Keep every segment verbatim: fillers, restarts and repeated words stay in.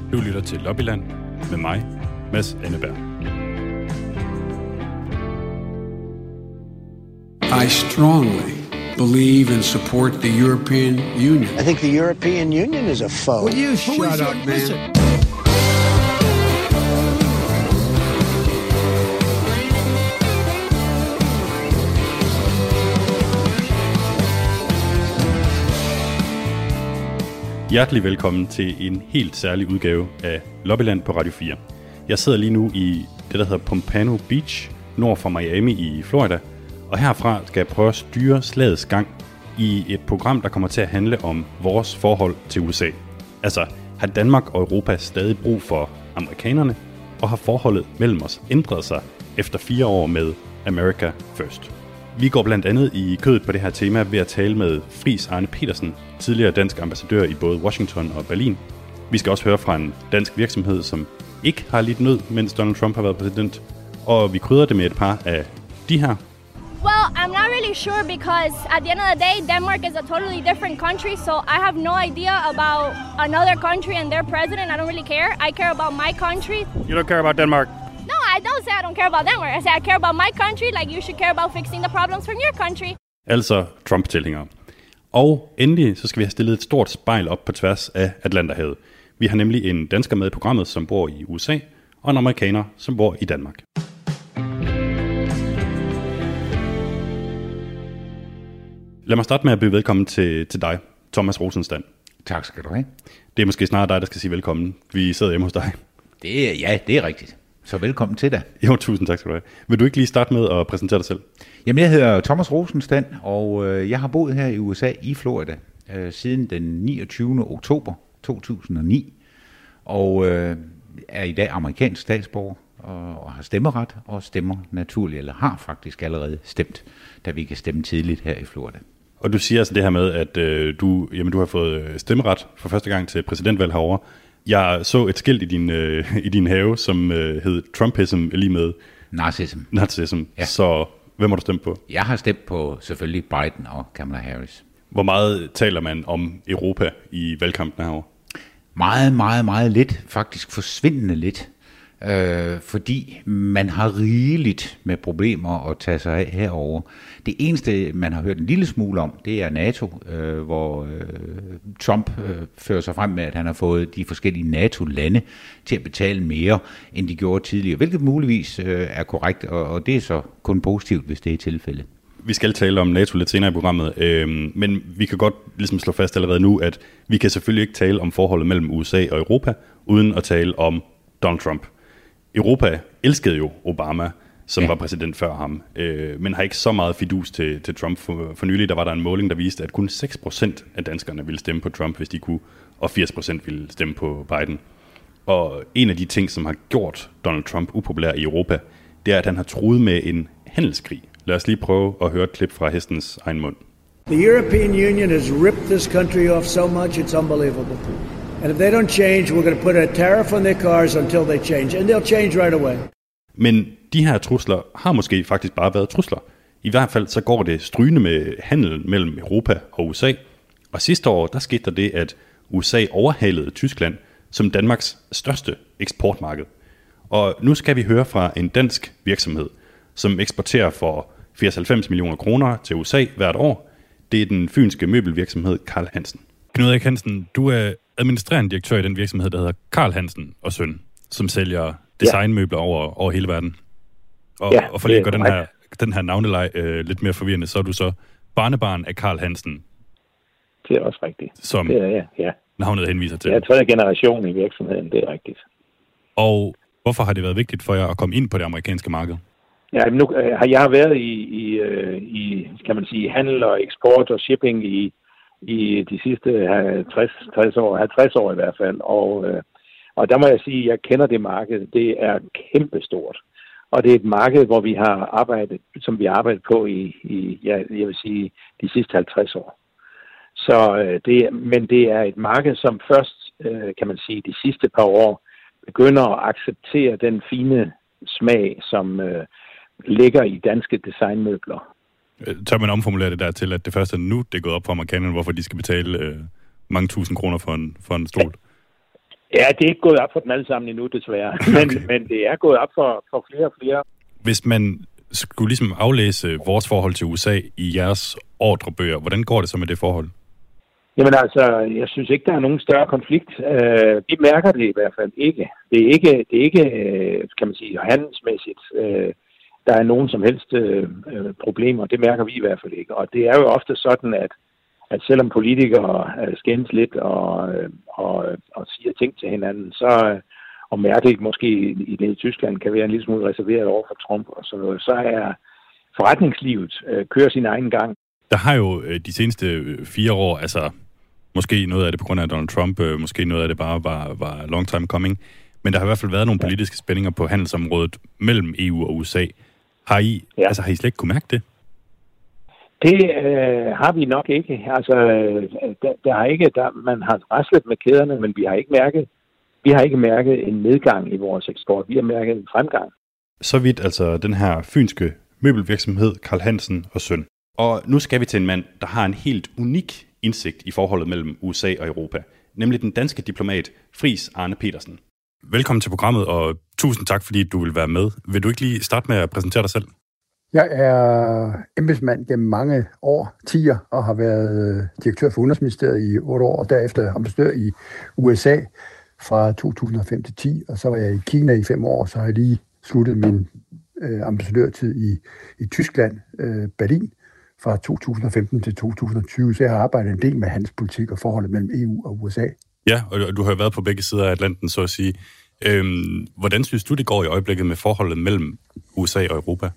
Du lytter til Lobbyland med mig, Mads Anneberg. I strongly believe and support the European Union. I think the European Union is a foe. Will you shut up, man? Hjertelig velkommen til en helt særlig udgave af Lobbyland på Radio fire. Jeg sidder lige nu i det, der hedder Pompano Beach, nord for Miami i Florida. Og herfra skal jeg prøve at styre slagets gang i et program, der kommer til at handle om vores forhold til U S A. Altså, har Danmark og Europa stadig brug for amerikanerne? Og har forholdet mellem os ændret sig efter fire år med America First? Vi går blandt andet i kødet på det her tema ved at tale med Friis Arne Petersen, tidligere dansk ambassadør i både Washington og Berlin. Vi skal også høre fra en dansk virksomhed, som ikke har lidt nød, mens Donald Trump har været præsident. Og vi krydrer det med et par af de her. Well, I'm not really sure because at the end of the day, Denmark is a totally different country, so I have no idea about another country and their president. I don't really care. I care about my country. You don't care about Denmark? No, I don't say I don't care about Denmark. I say I care about my country, like you should care about fixing the problems from your country. Altså Trump-tilhængere. Og endelig så skal vi have stillet et stort spejl op på tværs af Atlanterhavet. Vi har nemlig en dansker med i programmet, som bor i U S A, og en amerikaner, som bor i Danmark. Lad mig starte med at byde velkommen til, til dig, Thomas Rosenstand. Tak skal du have. Det er måske snart dig, der skal sige velkommen. Vi sidder hjemme hos dig. Det er, ja, det er rigtigt. Så velkommen til dig. Jo, tusind tak skal du have. Vil du ikke lige starte med at præsentere dig selv? Jamen, jeg hedder Thomas Rosenstand, og øh, jeg har boet her i U S A, i Florida, øh, siden den niogtyvende oktober to tusind og ni, og øh, er i dag amerikansk statsborger, og, og har stemmeret, og stemmer naturligt, eller har faktisk allerede stemt, da vi kan stemme tidligt her i Florida. Og du siger altså det her med, at øh, du, jamen, du har fået stemmeret for første gang til præsidentvalg herovre. Jeg så et skilt i din, øh, i din have, som øh, hed Trumpism, lige med Narcissism. Narcissism. Ja. Så hvem har du stemt på? Jeg har stemt på selvfølgelig Biden og Kamala Harris. Hvor meget taler man om Europa i valgkampen herovre? Meget, meget, meget lidt. Faktisk forsvindende lidt. Øh, fordi man har rigeligt med problemer at tage sig af herover. Det eneste, man har hørt en lille smule om, det er NATO, øh, hvor øh, Trump øh, fører sig frem med, at han har fået de forskellige NATO-lande til at betale mere, end de gjorde tidligere, hvilket muligvis øh, er korrekt, og, og det er så kun positivt, hvis det er tilfældet. Vi skal tale om NATO lidt senere i programmet, øh, men vi kan godt ligesom slå fast allerede nu, at vi kan selvfølgelig ikke tale om forholdet mellem U S A og Europa, uden at tale om Donald Trump. Europa elskede jo Obama, som ja. var præsident før ham, øh, men har ikke så meget fidus til, til Trump. For, for nylig der var der en måling, der viste, at kun seks procent af danskerne ville stemme på Trump, hvis de kunne, og firs procent ville stemme på Biden. Og en af de ting, som har gjort Donald Trump upopulær i Europa, det er, at han har truet med en handelskrig. Lad os lige prøve at høre et klip fra hestens egen mund. The European Union has ripped this country off so much, it's unbelievable. And if they don't change, we're going to put a tariff on their cars until they change. And they'll change right away. Men de her trusler har måske faktisk bare været trusler. I hvert fald så går det strygende med handel mellem Europa og U S A. Og sidste år, der skete der det, at U S A overhalede Tyskland som Danmarks største eksportmarked. Og nu skal vi høre fra en dansk virksomhed, som eksporterer for firs til halvfems millioner kroner til U S A hvert år. Det er den fynske møbelvirksomhed Carl Hansen. Knud Erik Hansen, du er administrerende direktør i den virksomhed, der hedder Carl Hansen og Søn, som sælger designmøbler over, over hele verden. Og, ja, og for lige at gøre den her, den her navneleg øh, lidt mere forvirrende, så er du så barnebarn af Carl Hansen. Det er også rigtigt. Som det er, ja, ja. navnet henviser til. Det er tredje generation i virksomheden, det er rigtigt. Og hvorfor har det været vigtigt for jer at komme ind på det amerikanske marked? Ja, nu har jeg været i, i, i, kan man sige, handel og eksport og shipping i i de sidste halvtreds, tres år, halvtreds år i hvert fald, og, øh, og der må jeg sige, at jeg kender det marked. Det er kæmpestort, og det er et marked, hvor vi har arbejdet, som vi har arbejdet på i, i ja, jeg vil sige, de sidste halvtreds år. Så øh, det, men det er et marked, som først, øh, kan man sige, de sidste par år begynder at acceptere den fine smag, som øh, ligger i danske designmøbler. Tør man omformulere det der til, at det først er nu, det er gået op for amerikanerne, hvorfor de skal betale øh, mange tusind kroner for en, for en stol? Ja, det er ikke gået op for dem alle sammen endnu, desværre. Men, okay. men det er gået op for, for flere og flere. Hvis man skulle ligesom aflæse vores forhold til U S A i jeres ordrebøger, hvordan går det så med det forhold? Jamen altså, jeg synes ikke, der er nogen større konflikt. Uh, vi mærker det i hvert fald ikke. Det er ikke, det er ikke kan man sige, handelsmæssigt. Uh, der er nogen som helst uh, problemer. Det mærker vi i hvert fald ikke. Og det er jo ofte sådan, at, at selvom politikere uh, skændes lidt og, uh, og, og siger ting til hinanden, så uh, og Merkel måske i det i Tyskland kan være en lille smule reserveret over for Trump og sådan noget, så er forretningslivet uh, kører sin egen gang. Der har jo øh, de seneste fire år, altså måske noget af det på grund af Donald Trump, øh, måske noget af det bare var, var long time coming, men der har i hvert fald været nogle politiske spændinger på handelsområdet mellem E U og U S A. Har I, ja. altså, har I slet ikke kunne mærke det? Det øh, har vi nok ikke. Altså, der, der har ikke, der, man har raslet med kæderne, men vi har ikke mærket, vi har ikke mærket en nedgang i vores eksport. Vi har mærket en fremgang. Så vidt altså den her fynske møbelvirksomhed, Carl Hansen og Søn. Og nu skal vi til en mand, der har en helt unik indsigt i forholdet mellem U S A og Europa, nemlig den danske diplomat Friis Arne Petersen. Velkommen til programmet, og tusind tak, fordi du vil være med. Vil du ikke lige starte med at præsentere dig selv? Jeg er embedsmand gennem mange år, tier, og har været direktør for Udenrigsministeriet i otte år, og derefter ambassadør i U S A fra to tusind og fem til ti, og så var jeg i Kina i fem år, så har jeg lige sluttet min øh, ambassadørtid i, i Tyskland, øh, Berlin, fra to tusind og femten til to tusind og tyve, så jeg har arbejdet en del med handelspolitik og forholdet mellem E U og U S A. Ja, og du har været på begge sider af Atlanten, så at sige. Øhm, hvordan synes du, det går i øjeblikket med forholdet mellem U S A og Europa?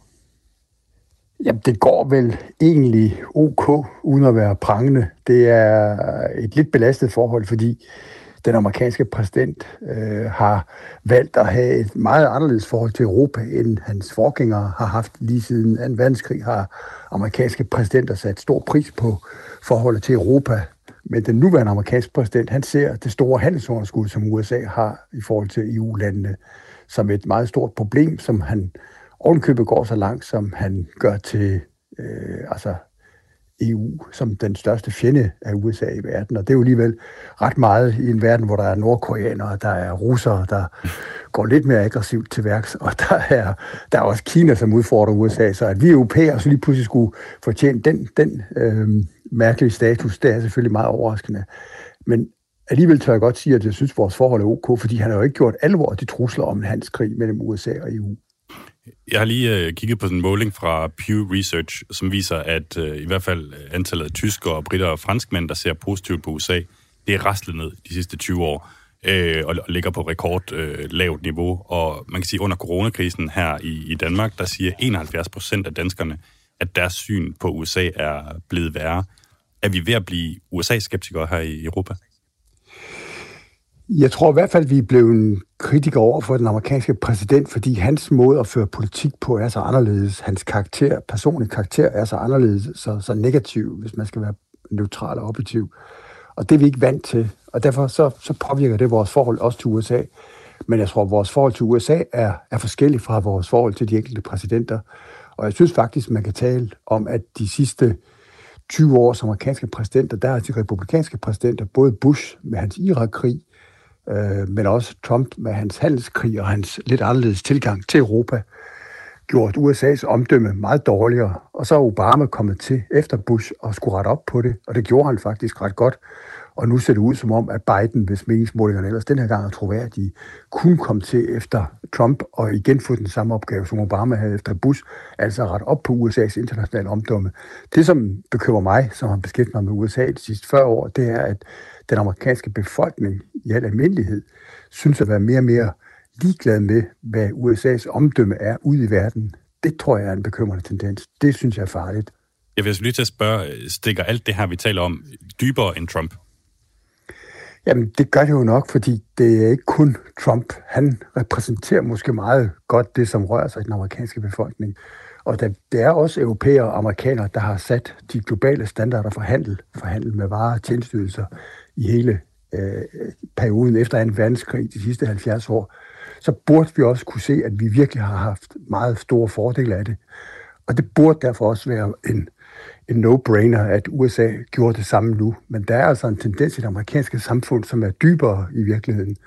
Jamen, det går vel egentlig ok, uden at være prangende. Det er et lidt belastet forhold, fordi den amerikanske præsident øh, har valgt at have et meget anderledes forhold til Europa, end hans forgængere har haft. Lige siden anden verdenskrig har amerikanske præsidenter sat stor pris på forholdet til Europa. Men den nuværende amerikanske præsident, han ser det store handelsunderskud, som U S A har i forhold til E U-landene, som et meget stort problem, som han ovenkøbet går så langt, som han gør til øh, altså E U som den største fjende af U S A i verden. Og det er jo alligevel ret meget i en verden, hvor der er nordkoreanere, der er russere, der går lidt mere aggressivt til værks, og der er, der er også Kina, som udfordrer U S A. Så at vi europæere så lige pludselig skulle fortjene den, den øh, mærkelige status, det er selvfølgelig meget overraskende. Men alligevel tør jeg godt sige, at jeg synes, at vores forhold er ok, fordi han har jo ikke gjort alvor af de trusler om en handelskrig mellem U S A og E U. Jeg har lige uh, kigget på sådan en måling fra Pew Research, som viser, at uh, i hvert fald antallet af tyskere, og britter og franskmænd, der ser positivt på U S A, det er raslet ned de sidste tyve år, øh, og, og ligger på rekord øh, lavt niveau. Og man kan sige, under coronakrisen her i, i Danmark, der siger enoghalvfjerds procent af danskerne, at deres syn på U S A er blevet værre. Er vi ved at blive U S A-skeptikere her i Europa? Jeg tror i hvert fald, at vi er blevet kritikere over for den amerikanske præsident, fordi hans måde at føre politik på er så anderledes. Hans karakter, personlig karakter er så anderledes, så, så negativ, hvis man skal være neutral og objektiv. Og det er vi ikke vant til, og derfor så, så påvirker det vores forhold også til U S A. Men jeg tror, at vores forhold til U S A er, er forskelligt fra vores forhold til de enkelte præsidenter. Og jeg synes faktisk, man kan tale om, at de sidste tyve års amerikanske præsidenter, der er de republikanske præsidenter, både Bush med hans Irak-krig, øh, men også Trump med hans handelskrig og hans lidt anderledes tilgang til Europa, gjort U S A's omdømme meget dårligere. Og så er Obama kommet til efter Bush og skulle rette op på det, og det gjorde han faktisk ret godt. Og nu ser det ud som om, at Biden, hvis meningsmålingerne ellers den her gang er troværdige, kunne komme til efter Trump og igen få den samme opgave, som Obama havde efter Bush, altså ret op på U S A's internationale omdømme. Det, som bekymrer mig, som har beskæftiget mig med U S A de sidste fyrre år, det er, at den amerikanske befolkning i al almindelighed synes at være mere og mere ligeglad med, hvad U S A's omdømme er ude i verden. Det tror jeg er en bekymrende tendens. Det synes jeg er farligt. Jeg vil lige til at spørge, stikker alt det her, vi taler om, dybere end Trump? Jamen, det gør det jo nok, fordi det er ikke kun Trump. Han repræsenterer måske meget godt det, som rører sig i den amerikanske befolkning. Og det er også europæere og amerikanere, der har sat de globale standarder for handel, for handel med varer og tjenesteydelser i hele øh, perioden efter anden verdenskrig, de sidste halvfjerds år. Så burde vi også kunne se, at vi virkelig har haft meget store fordele af det. Og det burde derfor også være en en no-brainer, at U S A gjorde det samme nu. Men der er altså en tendens i det amerikanske samfund, som er dybere i virkeligheden.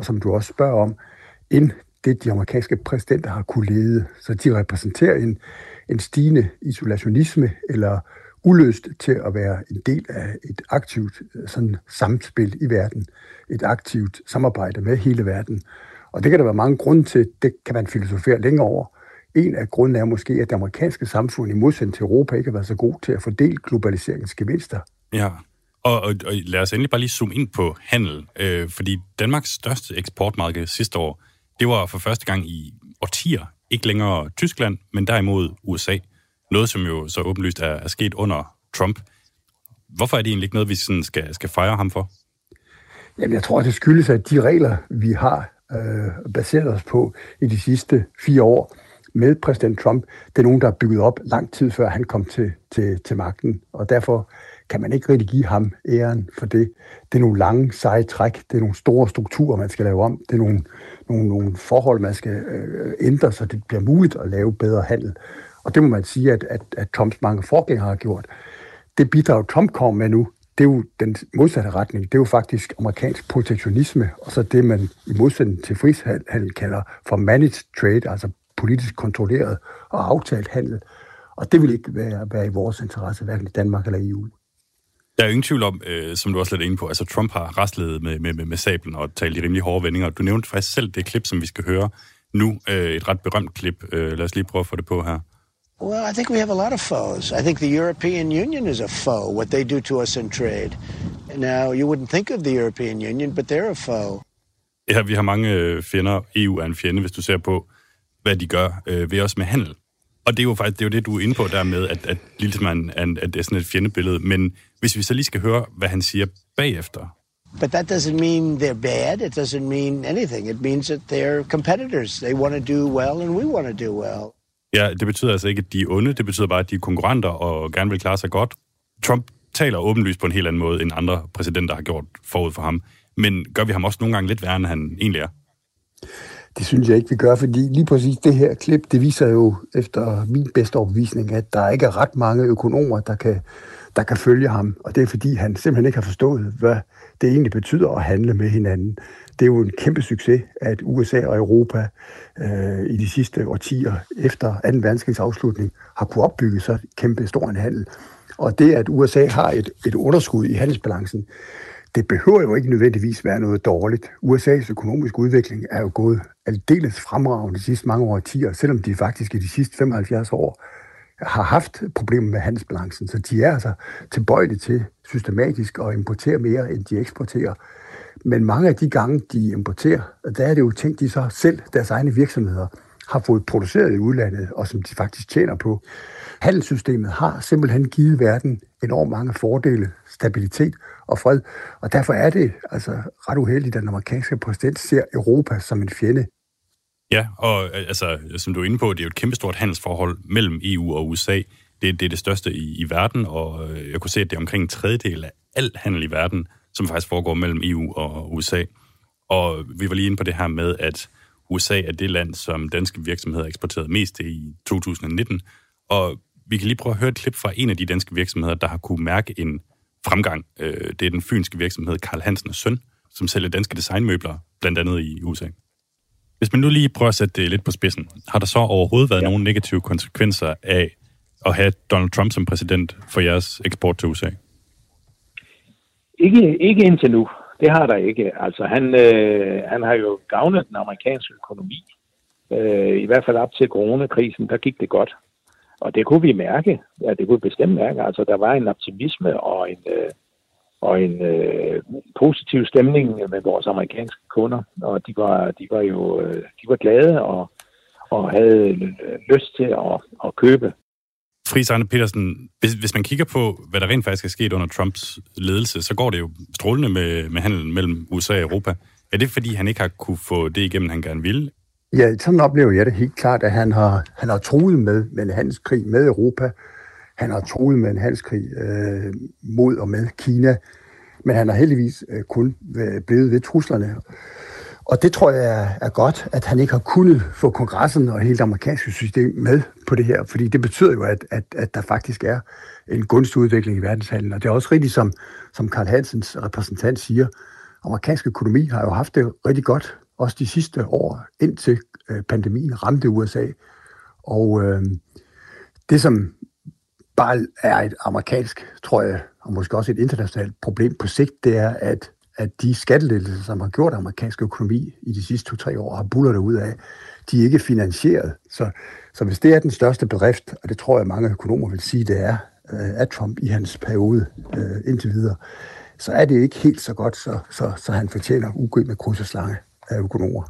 og som du også spørger om, end det de amerikanske præsidenter har kunne lede. Så de repræsenterer en, en stigende isolationisme eller ulyst til at være en del af et aktivt sådan, samspil i verden, et aktivt samarbejde med hele verden. Og det kan der være mange grunde til, det kan man filosofere længere over. En af grundene er måske, at det amerikanske samfund i modsætning til Europa ikke har været så god til at fordele globaliseringens gevinster. Ja, og, og, og lad os endelig bare lige zoome ind på handel, øh, fordi Danmarks største eksportmarked sidste år, det var for første gang i årtier, ikke længere Tyskland, men derimod U S A. Noget, som jo så åbenlyst er, er sket under Trump. Hvorfor er det egentlig ikke noget, vi sådan skal, skal fejre ham for? Jamen, jeg tror, det skyldes, at de regler, vi har øh, baseret os på i de sidste fire år med præsident Trump, det er nogen, der er bygget op lang tid før han kom til, til, til magten. Og derfor kan man ikke rigtig give ham æren for det. Det er nogle lange, seje træk. Det er nogle store strukturer, man skal lave om. Det er nogle, nogle, nogle forhold, man skal øh, ændre, så det bliver muligt at lave bedre handel. Og det må man sige, at, at, at Trumps mange forgængere har gjort. Det bidrag, Trump kommer med nu, det er jo den modsatte retning. Det er jo faktisk amerikansk protektionisme, og så det, man i modsætning til frihandel kalder for managed trade, altså politisk kontrolleret og aftalt handel. Og det vil ikke være, være i vores interesse, hverken i Danmark eller E U. Der er jo ingen tvivl om, øh, som du også lidt inde på, altså Trump har raslet med, med, med, med sablen og talt i rimelig hårde vendinger. Du nævnte faktisk selv det klip, som vi skal høre nu. Øh, et ret berømt klip. Øh, lad os lige prøve at få det på her. Well, I think we have a lot of foes. I think the European Union is a foe, what they do to us in trade. Now, you wouldn't think of the European Union, but they're a foe. Ja, vi har mange fjender. E U er en fjende, hvis du ser på, hvad de gør øh, ved os med handel. Og det er jo faktisk det, er jo det du er inde på der med, at, at, at, at det er sådan et fjendebillede. Men hvis vi så lige skal høre, hvad han siger bagefter. But that doesn't mean they're bad. It doesn't mean anything. It means that they're competitors. They want to do well, and we want to do well. Ja, det betyder altså ikke, at de er onde. Det betyder bare, at de er konkurrenter og gerne vil klare sig godt. Trump taler åbenlyst på en helt anden måde, end andre præsidenter har gjort forud for ham. Men gør vi ham også nogle gange lidt værre, end han egentlig er? Det synes jeg ikke, vi gør, fordi lige præcis det her klip, det viser jo efter min bedste overbevisning, at der ikke er ret mange økonomer, der kan, der kan følge ham. Og det er fordi, han simpelthen ikke har forstået, hvad det egentlig betyder at handle med hinanden. Det er jo en kæmpe succes, at U S A og Europa øh, i de sidste årtier efter anden verdenskrigs afslutning har kunne opbygge så kæmpe stor en handel. Og det, at U S A har et, et underskud i handelsbalancen, det behøver jo ikke nødvendigvis være noget dårligt. U S A's økonomiske udvikling er jo gået aldeles fremragende de sidste mange årtier, selvom de faktisk i de sidste femoghalvfjerds år har haft problemer med handelsbalancen. Så de er altså tilbøjelige til systematisk at importere mere, end de eksporterer. Men mange af de gange, de importerer, der er det jo ting, de så selv, deres egne virksomheder, har fået produceret i udlandet, og som de faktisk tjener på. Handelssystemet har simpelthen givet verden enormt mange fordele, stabilitet og fred, og derfor er det altså ret uheldigt, at den amerikanske præsident ser Europa som en fjende. Ja, og altså, som du er inde på, det er jo et kæmpestort handelsforhold mellem E U og U S A. Det, det er det største i, i verden, og jeg kunne se, at det er omkring en tredjedel af al handel i verden, som faktisk foregår mellem E U og U S A. Og vi var lige inde på det her med, at U S A er det land, som danske virksomheder eksporterede mest til i to tusind nitten. Og vi kan lige prøve at høre et klip fra en af de danske virksomheder, der har kunne mærke en fremgang. Det er den fynske virksomhed Carl Hansen og Søn, som sælger danske designmøbler, blandt andet i U S A. Hvis man nu lige prøver at sætte det lidt på spidsen, har der så overhovedet været ja. nogle negative konsekvenser af at have Donald Trump som præsident for jeres eksport til U S A? Ikke, ikke indtil nu. Det har der ikke. Altså, han, øh, han har jo gavnet den amerikanske økonomi. Øh, I hvert fald op til coronakrisen, der gik det godt. Og det kunne vi mærke. Ja, det kunne vi bestemt mærke. Altså, der var en optimisme og en, øh, og en øh, positiv stemning med vores amerikanske kunder. Og de var, de var jo øh, de var glade og, og havde lyst til at, at købe. Friis Arne Petersen, hvis, hvis man kigger på, hvad der rent faktisk er sket under Trumps ledelse, så går det jo strålende med, med handelen mellem U S A og Europa. Er det, fordi han ikke har kunne få det igennem, han gerne ville? Ja, sådan oplever jeg det helt klart, at han har, han har truet med, med en handelskrig med Europa. Han har truet med en handelskrig øh, mod og med Kina. Men han har heldigvis øh, kun blevet ved truslerne. Og det tror jeg er godt, at han ikke har kunnet få kongressen og hele det amerikanske system med på det her, fordi det betyder jo, at, at, at der faktisk er en gunstig udvikling i verdenshandlen. Og det er også rigtigt, som, som Carl Hansens repræsentant siger, amerikansk økonomi har jo haft det rigtig godt, også de sidste år, indtil øh, pandemien ramte U S A. Og øh, det, som bare er et amerikansk, tror jeg, og måske også et internationalt problem på sigt, det er, at, at de skattelettelser, som har gjort amerikansk økonomi i de sidste to-tre år, har buller derud af, de er ikke finansieret. Så, så hvis det er den største bedrift, og det tror jeg, mange økonomer vil sige, det er, af Trump i hans periode øh, indtil videre, så er det ikke helt så godt, så, så, så han fortjener ugø med kryds og slange af økonomer.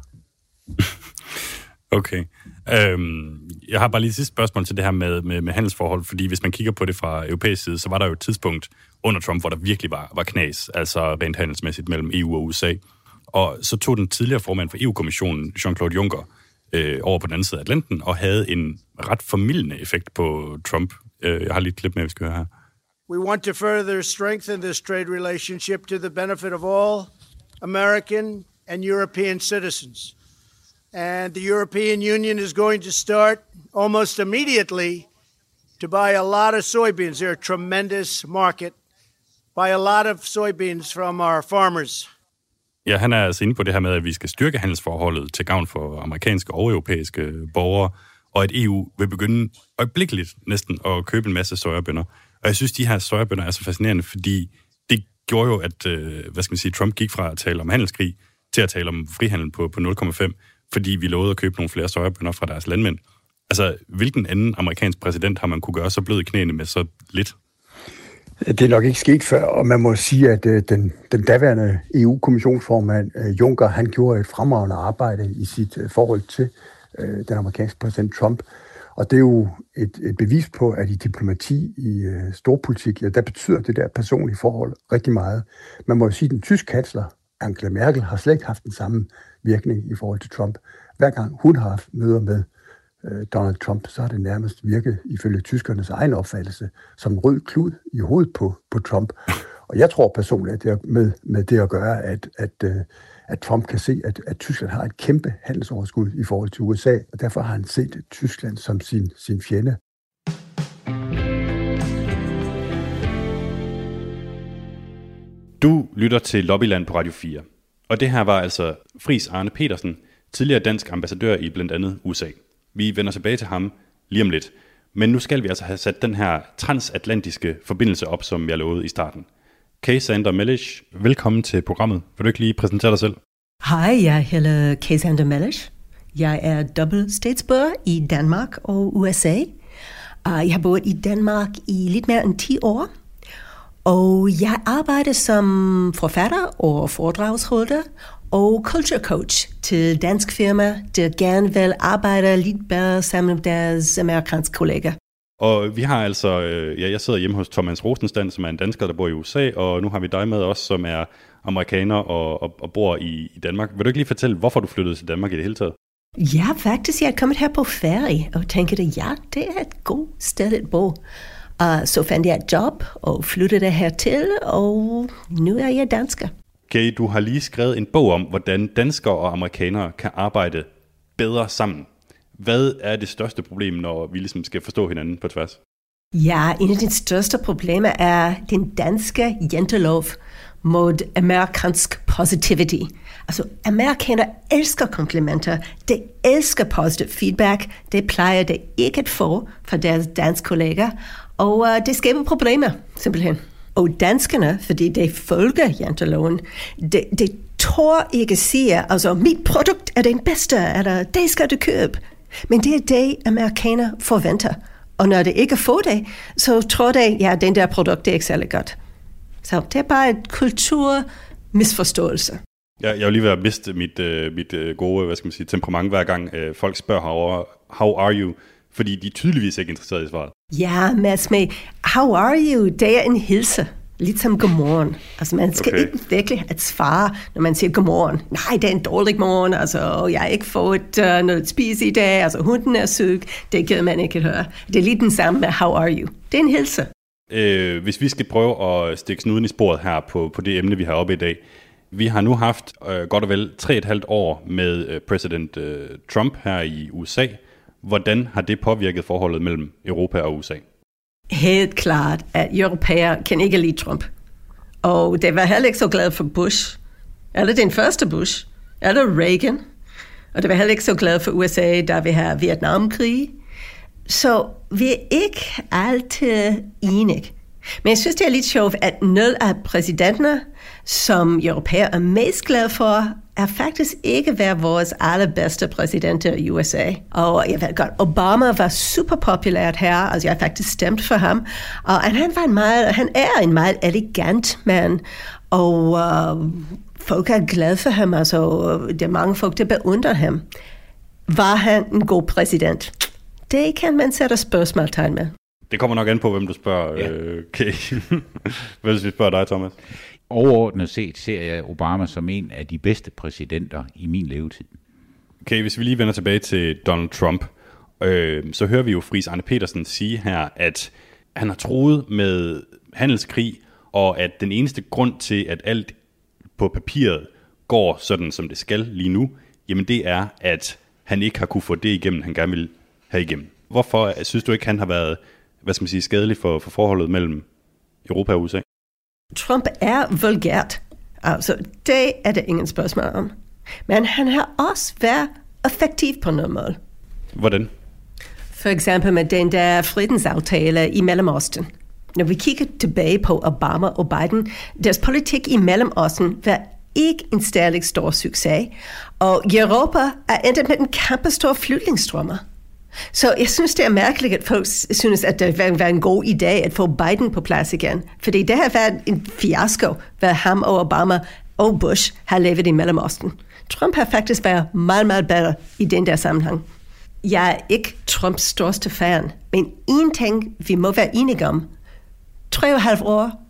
Okay. Øhm, jeg har bare lige et sidste spørgsmål til det her med, med, med handelsforhold, fordi hvis man kigger på det fra europæisk side, så var der jo et tidspunkt under Trump, hvor der virkelig var, var knas, altså rent handelsmæssigt mellem E U og U S A. Og så tog den tidligere formand for E U-kommissionen, Jean-Claude Juncker, øh, over på den anden side af Atlanten, og havde en ret formildende effekt på Trump. Jeg har lige et klip med, vi skal høre her. We want to further strengthen this trade relationship to the benefit of all American and European citizens. And the European Union is going to start almost immediately to buy a lot of soybeans. They're a tremendous market. Buy a lot of soybeans from our farmers. Ja, han er altså inde på det her med, at vi skal styrke handelsforholdet til gavn for amerikanske og europæiske borgere, og at E U vil begynde øjeblikkeligt næsten at købe en masse sojabønner. Og jeg synes, de her sojabønner er så fascinerende, fordi det gjorde jo, at hvad skal man sige, Trump gik fra at tale om handelskrig til at tale om frihandel på, på nul komma fem, fordi vi lovede at købe nogle flere sojabønner fra deres landmænd. Altså, hvilken anden amerikansk præsident har man kunne gøre så blød i knæene med så lidt? Det er nok ikke sket før, og man må sige, at øh, den, den daværende E U-kommissionsformand øh, Juncker, han gjorde et fremragende arbejde i sit øh, forhold til øh, den amerikanske præsident Trump. Og det er jo et, et bevis på, at i diplomati, i øh, storpolitik, ja, der betyder det der personlige forhold rigtig meget. Man må jo sige, at den tyske kansler, Angela Merkel, har slet ikke haft den samme virkning i forhold til Trump. Hver gang hun har haft møder med øh, Donald Trump, så har det nærmest virket, ifølge tyskernes egen opfattelse, som en rød klud i hovedet på, på Trump. Og jeg tror personligt, at det er med, med det at gøre, at, at, øh, at Trump kan se, at, at Tyskland har et kæmpe handelsoverskud i forhold til U S A, og derfor har han set Tyskland som sin, sin fjende. Du lytter til Lobbyland på Radio fire, og det her var altså Friis Arne Petersen, tidligere dansk ambassadør i blandt andet U S A. Vi vender tilbage til ham lige om lidt, men nu skal vi altså have sat den her transatlantiske forbindelse op, som jeg lovede i starten. Kay Sander Mellish, velkommen til programmet. Vil du ikke lige præsentere dig selv? Hej, jeg hedder Kay Sander Mellish. Jeg er dobbelt statsborger i Danmark og U S A. Jeg har boet i Danmark i lidt mere end ti år. Og jeg arbejder som forfatter og foredragsholder og culture coach til dansk firma, der gerne vil arbejde lidt bedre sammen med deres amerikanske kolleger. Og vi har altså, ja, jeg sidder hjemme hos Thomas Rosenstand, som er en dansker, der bor i U S A, og nu har vi dig med os, som er amerikaner og, og, og bor i, i Danmark. Vil du ikke lige fortælle, hvorfor du flyttede til Danmark i det hele taget? Ja, faktisk, jeg er kommet her på ferie, og tænkte, ja, det er et godt sted at bo. Uh, så fandt jeg et job og flyttede hertil, og nu er jeg dansker. Okay, du har lige skrevet en bog om, hvordan danskere og amerikanere kan arbejde bedre sammen. Hvad er det største problem, når vi ligesom skal forstå hinanden på tværs? Ja, en af de største problemer er den danske jantelov mod amerikansk positivity. Altså, amerikanere elsker komplimenter, de elsker positiv feedback, det plejer de ikke at få fra deres danske kolleger, og uh, det skaber problemer, simpelthen. Og danskerne, fordi de følger janteloven, de, de tør ikke sige, altså, mit produkt er den bedste, eller det skal du købe. Men det er det, amerikanere forventer. Og når det ikke får det, så tror de, ja, den der produkt er ikke særlig godt. Så det er bare et kulturmisforståelse. Ja, jeg vil lige ved at miste mit, uh, mit uh, gode, hvad skal man sige, temperament hver gang uh, folk spørger herovre, how are you? Fordi de er tydeligvis ikke interesseret i svaret. Ja, Mads, med how are you? Det er en hilse. Lidt som godmorgen. Altså, man skal okay. ikke virkelig at svare, når man siger godmorgen. Nej, det er en dårlig morgen, altså, jeg har ikke fået uh, noget at spise i dag, altså, hunden er syg. Det kan man ikke høre. Det er lidt den samme med how are you? Det er en hilse. Øh, hvis vi skal prøve at stikke snuden i sporet her på, på det emne, vi har oppe i dag. Vi har nu haft øh, godt og vel tre og et halvt år med øh, præsident øh, Trump her i U S A. Hvordan har det påvirket forholdet mellem Europa og U S A? Helt klart, at europæere kan ikke lide Trump. Og det var heller ikke så glad for Bush. eller den første Bush, eller Reagan. Og det var heller ikke så glad for U S A, da vi har Vietnamkrig. Så vi er ikke altid enige. Men jeg synes, det er lidt sjovt, at nogle af præsidenterne, som europæer er mest glade for, er faktisk ikke været vores allerbedste præsidenter i U S A. Og jeg ved godt, Obama var super populært her, altså jeg har faktisk stemt for ham. Og han, var en meget, han er en meget elegant mand, og uh, folk er glade for ham, altså det er mange folk, der beundrer ham. Var han en god præsident? Det kan man sætte spørgsmålstegn med. Det kommer nok an på, hvem du spørger, ja. øh, Kay. Hvis vi spørger dig, Thomas. Overordnet set ser jeg Obama som en af de bedste præsidenter i min levetid. Okay, hvis vi lige vender tilbage til Donald Trump, øh, så hører vi jo Friis Arne Petersen sige her, at han har truet med handelskrig, og at den eneste grund til, at alt på papiret går sådan, som det skal lige nu, jamen det er, at han ikke har kunne få det igennem, han gerne vil have igennem. Hvorfor synes du ikke, han har været, hvad skal man sige, skadelig for, for forholdet mellem Europa og U S A? Trump er vulgært. Altså, det er der ingen spørgsmål om. Men han har også været effektiv på noget måde. Hvordan? For eksempel med den der fredsaftale i Mellemøsten. Når vi kigger tilbage på Obama og Biden, deres politik i Mellemøsten var ikke en særlig stor succes, og Europa er endt med en kæmpe stor flytningsstrømmer. Så jeg synes, det er mærkeligt, at folk synes, at det var en god idé at få Biden på plads igen. Fordi det har været en fiasko, hvad ham og Obama og Bush har levet i Mellemøsten. Trump har faktisk været meget, meget bedre i den der sammenhæng. Jeg er ikke Trumps største fan, men en ting, vi må være enige om. Tre og et halvt år.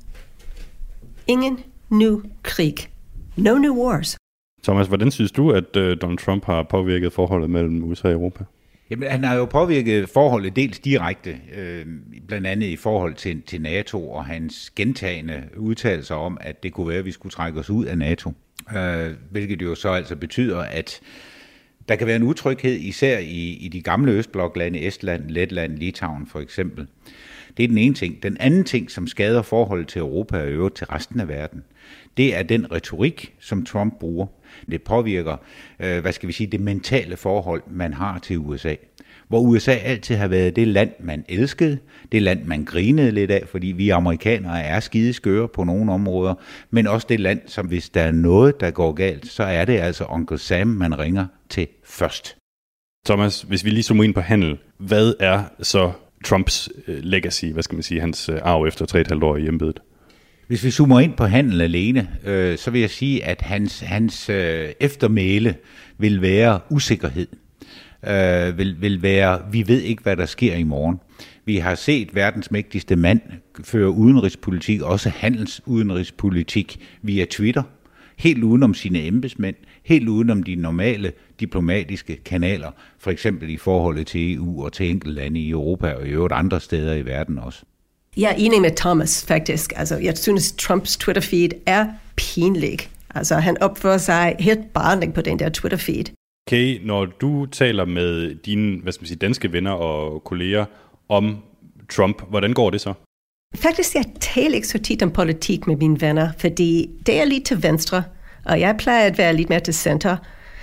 Ingen ny krig. No new wars. Thomas, hvordan synes du, at uh, Donald Trump har påvirket forholdet mellem U S A og Europa? Jamen, han har jo påvirket forholdet dels direkte, øh, blandt andet i forhold til, til NATO og hans gentagende udtalelser om, at det kunne være, at vi skulle trække os ud af NATO. Øh, hvilket jo så altså betyder, at der kan være en utryghed, især i, i de gamle østbloklande, Estland, Letland, Litauen for eksempel. Det er den ene ting. Den anden ting, som skader forholdet til Europa og øvrigt til resten af verden, det er den retorik, som Trump bruger. Det påvirker, øh, hvad skal vi sige, det mentale forhold, man har til U S A. Hvor U S A altid har været det land, man elskede, det land, man grinede lidt af, fordi vi amerikanere er skideskøre på nogle områder, men også det land, som hvis der er noget, der går galt, så er det altså Onkel Sam, man ringer til først. Thomas, hvis vi lige zoomer ind på handel, hvad er så Trumps øh, legacy, hvad skal man sige, hans øh, arv efter tre og et halvt år i embedet? Hvis vi zoomer ind på handel alene, øh, så vil jeg sige, at hans, hans øh, eftermæle vil være usikkerhed. Øh, vil, vil være, vi ved ikke, hvad der sker i morgen. Vi har set verdens mægtigste mand føre udenrigspolitik, også handelsudenrigspolitik via Twitter, helt udenom sine embedsmænd, helt udenom de normale diplomatiske kanaler, for eksempel i forholdet til E U og til enkelte lande i Europa og i øvrigt andre steder i verden også. Jeg er enig med Thomas, faktisk. Altså, jeg synes, Trumps Twitter-feed er pinlig. Altså, han opfører sig helt barnligt på den der Twitter-feed. Okay, når du taler med dine, hvad skal man sige, danske venner og kolleger om Trump, hvordan går det så? Faktisk, jeg taler ikke så tit om politik med mine venner, fordi det er lidt til venstre, og jeg plejer at være lidt mere til center.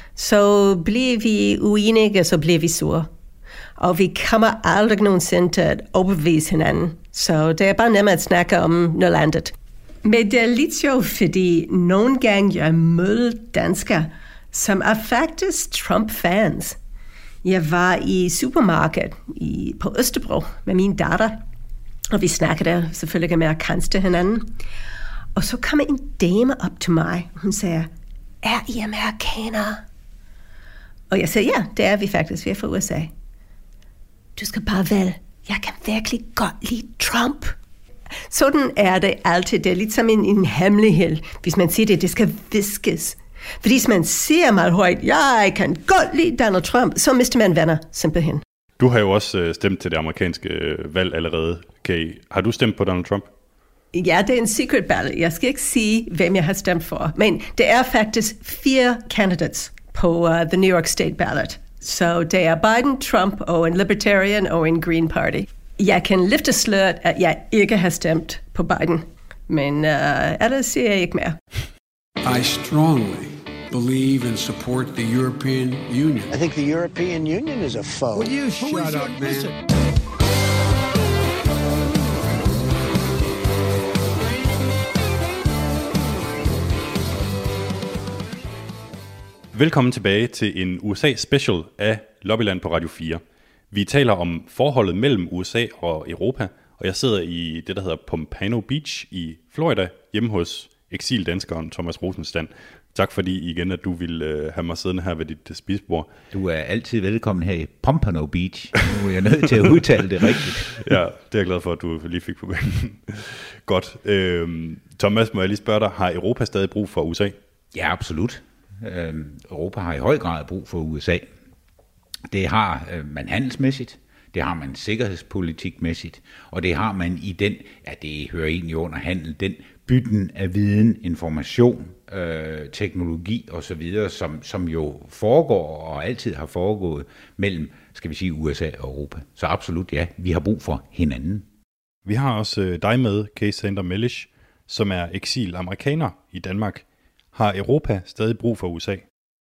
Så bliver vi uenige, og så bliver vi sure. Og vi kommer aldrig nogensinde til at overbevise hinanden. Så det er bare nemmere at snakke om noget andet. Men det er lidt sjovt, fordi nogle gange jeg møder danskere, som er faktisk Trump-fans. Jeg var i supermarkedet i, på Østerbro med min datter, og vi snakkede selvfølgelig amerikansk til hinanden. Og så kommer en dame op til mig, og hun siger, er I amerikanere? Og jeg siger, ja, det er vi faktisk, vi er fra U S A. Du skal bare vælge, jeg kan virkelig godt lide Trump. Sådan er det altid. Det er lidt som en, en hemmelighed. Hvis man siger det, det skal viskes. Fordi hvis man siger meget højt, jeg kan godt lide Donald Trump, så mister man venner simpelthen. Du har jo også stemt til det amerikanske valg allerede, Kay. Har du stemt på Donald Trump? Ja, det er en secret ballot. Jeg skal ikke sige, hvem jeg har stemt for. Men det er faktisk fire candidates på uh, the New York State ballot. Så det er Biden, Trump og en Libertarian og en Green Party. Jeg kan løfte sløret, at jeg ikke har stemt på Biden. Men uh, ellers siger jeg ikke mere. I strongly believe and support the European Union. I think the European Union is a foe. Will you shut up, man? Velkommen tilbage til en U S A-special af Lobbyland på Radio fire. Vi taler om forholdet mellem U S A og Europa, og jeg sidder i det, der hedder Pompano Beach i Florida, hjemme hos eksildanskeren Thomas Rosenstand. Tak fordi igen, at du ville have mig siddende her ved dit spisebord. Du er altid velkommen her i Pompano Beach. Nu er jeg nødt til at udtale det rigtigt. Ja, det er jeg glad for, at du lige fik på banen. Godt. Øhm, Thomas, må jeg lige spørge dig, har Europa stadig brug for U S A? Ja, absolut. Europa har i høj grad brug for U S A. Det har man handelsmæssigt, det har man sikkerhedspolitikmæssigt, og det har man i den, ja det hører egentlig under handel, den bytten af viden, information, øh, teknologi osv., som, som jo foregår og altid har foregået mellem, skal vi sige, U S A og Europa. Så absolut ja, vi har brug for hinanden. Vi har også dig med, Kay Sanders Mellish, som er eksil-amerikaner i Danmark. Har Europa stadig brug for U S A?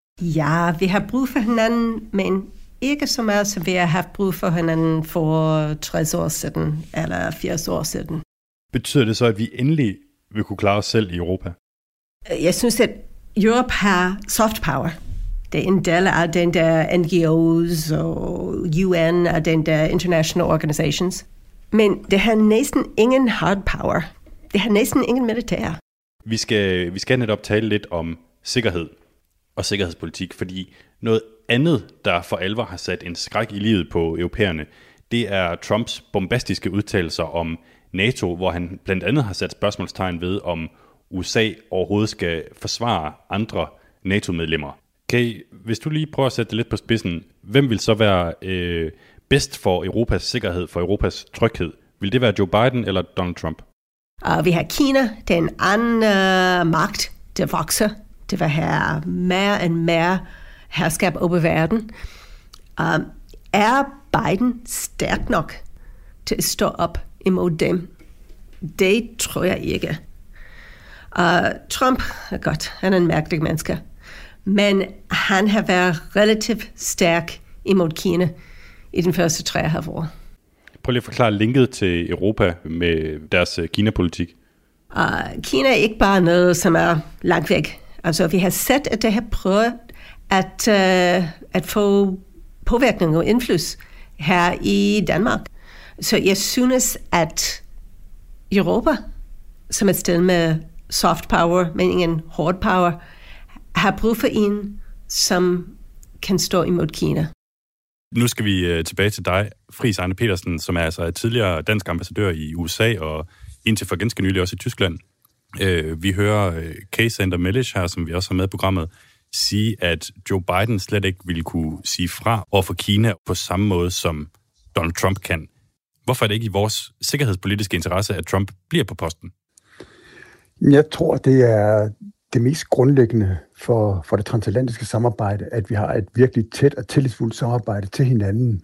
Ja, vi har brug for hinanden, men ikke så meget, som vi har haft brug for hinanden for tres år siden, eller firs år siden. Betyder det så, at vi endelig vil kunne klare os selv i Europa? Jeg synes, at Europa har soft power. Det er en del af den der N G O's og U N og den der international organizations. Men det har næsten ingen hard power. Det har næsten ingen militær. Vi skal, vi skal netop tale lidt om sikkerhed og sikkerhedspolitik, fordi noget andet, der for alvor har sat en skræk i livet på europæerne, det er Trumps bombastiske udtalelser om NATO, hvor han blandt andet har sat spørgsmålstegn ved, om U S A overhovedet skal forsvare andre NATO-medlemmer. Okay, hvis du lige prøver at sætte det lidt på spidsen, hvem vil så være øh, bedst for Europas sikkerhed, for Europas tryghed? Vil det være Joe Biden eller Donald Trump? Uh, vi har Kina, den anden uh, magt, der vokser. Det vil have mere og mere herskab over verden. Uh, er Biden stærk nok til at stå op imod dem? Det tror jeg ikke. Uh, Trump er godt, han er en mærkelig menneske. Men han har været relativt stærk imod Kina i den første treoghalvtreds år. Prøv lige at forklare linket til Europa med deres Kina-politik. Uh, Kina er ikke bare noget, som er langt væk. Altså, vi har set, at det har prøvet at, uh, at få påvirkning og indflydelse her i Danmark. Så jeg synes, at Europa, som er et sted med soft power, men ingen hard power, har brug for en, som kan stå imod Kina. Nu skal vi tilbage til dig, Friis Arne Petersen, som er altså tidligere dansk ambassadør i U S A og indtil for ganske nylig også i Tyskland. Vi hører Kay Sanders Mellish her, som vi også har med i programmet, sige, at Joe Biden slet ikke ville kunne sige fra over for Kina på samme måde, som Donald Trump kan. Hvorfor er det ikke i vores sikkerhedspolitiske interesse, at Trump bliver på posten? Jeg tror, det er det mest grundlæggende for, for det transatlantiske samarbejde, at vi har et virkelig tæt og tillidsfuldt samarbejde til hinanden.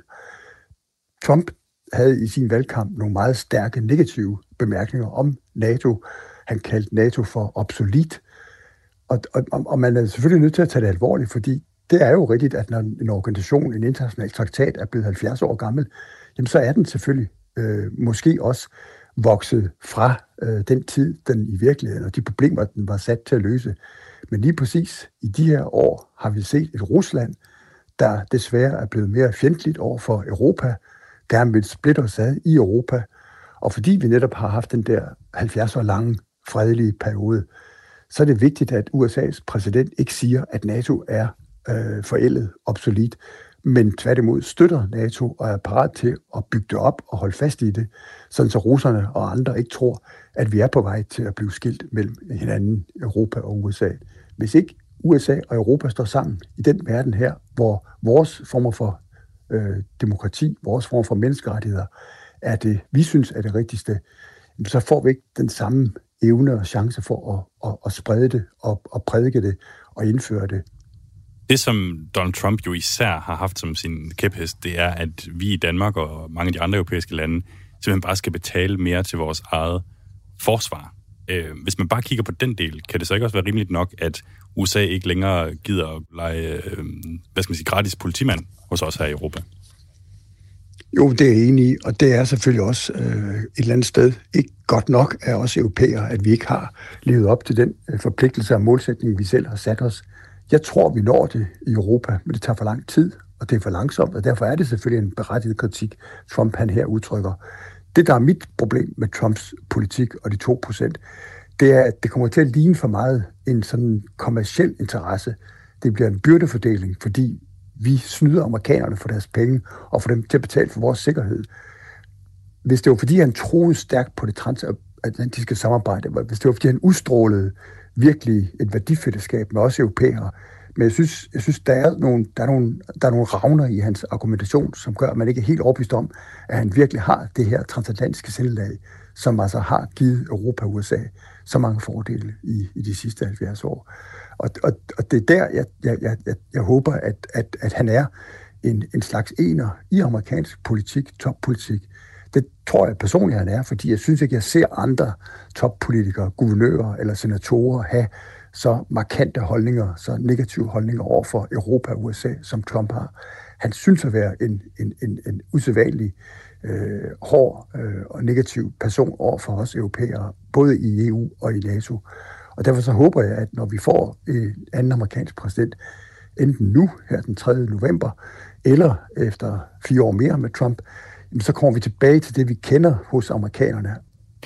Trump havde i sin valgkamp nogle meget stærke negative bemærkninger om NATO. Han kaldte NATO for obsolet. Og, og, og man er selvfølgelig nødt til at tage det alvorligt, fordi det er jo rigtigt, at når en organisation, en international traktat er blevet halvfjerds år gammel, jamen så er den selvfølgelig øh, måske også vokset fra øh, den tid, den i virkeligheden, og de problemer, den var sat til at løse. Men lige præcis i de her år har vi set et Rusland, der desværre er blevet mere fjendtligt over for Europa, gerne vil splitte os ad i Europa, og fordi vi netop har haft den der halvfjerds år lange fredelige periode, så er det vigtigt, at U S A's præsident ikke siger, at NATO er øh, forældet, obsolet, men tværtimod støtter NATO og er parat til at bygge det op og holde fast i det, sådan så russerne og andre ikke tror, at vi er på vej til at blive skilt mellem hinanden, Europa og U S A. Hvis ikke U S A og Europa står sammen i den verden her, hvor vores former for øh, demokrati, vores form for menneskerettigheder, er det, vi synes er det rigtigste, så får vi ikke den samme evne og chance for at, at, at sprede det og at prædike det og indføre det. Det, som Donald Trump jo især har haft som sin kæphest, det er, at vi i Danmark og mange af de andre europæiske lande simpelthen bare skal betale mere til vores eget forsvar. Øh, hvis man bare kigger på den del, kan det så ikke også være rimeligt nok, at U S A ikke længere gider at lege, øh, hvad skal man sige, gratis politimand hos os her i Europa? Jo, det er jeg enig i, og det er selvfølgelig også øh, et eller andet sted ikke godt nok af os europæere, at vi ikke har levet op til den øh, forpligtelse og målsætning, vi selv har sat os. Jeg tror, vi når det i Europa, men det tager for lang tid, og det er for langsomt, og derfor er det selvfølgelig en berettiget kritik, Trump han her udtrykker. Det, der er mit problem med Trumps politik og de to procent, det er, at det kommer til at ligne for meget en sådan kommerciel interesse. Det bliver en byrdefordeling, fordi vi snyder amerikanerne for deres penge og får dem til at betale for vores sikkerhed. Hvis det var, fordi han troede stærkt på det transatlantiske samarbejde, hvis det var, fordi han udstrålede virkelig et værdifællesskab med os europæere, men jeg synes, jeg synes der, er nogle, der, er nogle, der er nogle ravner i hans argumentation, som gør, at man ikke er helt overbevist om, at han virkelig har det her transatlantiske sindelag, som altså har givet Europa og U S A så mange fordele i, i de sidste halvfjerds år. Og, og, og det er der, jeg, jeg, jeg, jeg håber, at, at, at han er en, en slags ener i amerikansk politik, toppolitik. Det tror jeg personligt, han er, fordi jeg synes ikke, jeg ser andre toppolitikere, guvernører eller senatorer have så markante holdninger, så negative holdninger over for Europa og U S A, som Trump har. Han synes at være en, en, en, en usædvanlig øh, hård øh, og negativ person over for os europæere, både i E U og i NATO. Og derfor så håber jeg, at når vi får en anden amerikansk præsident, enten nu, her den tredje november, eller efter fire år mere med Trump, så kommer vi tilbage til det, vi kender hos amerikanerne.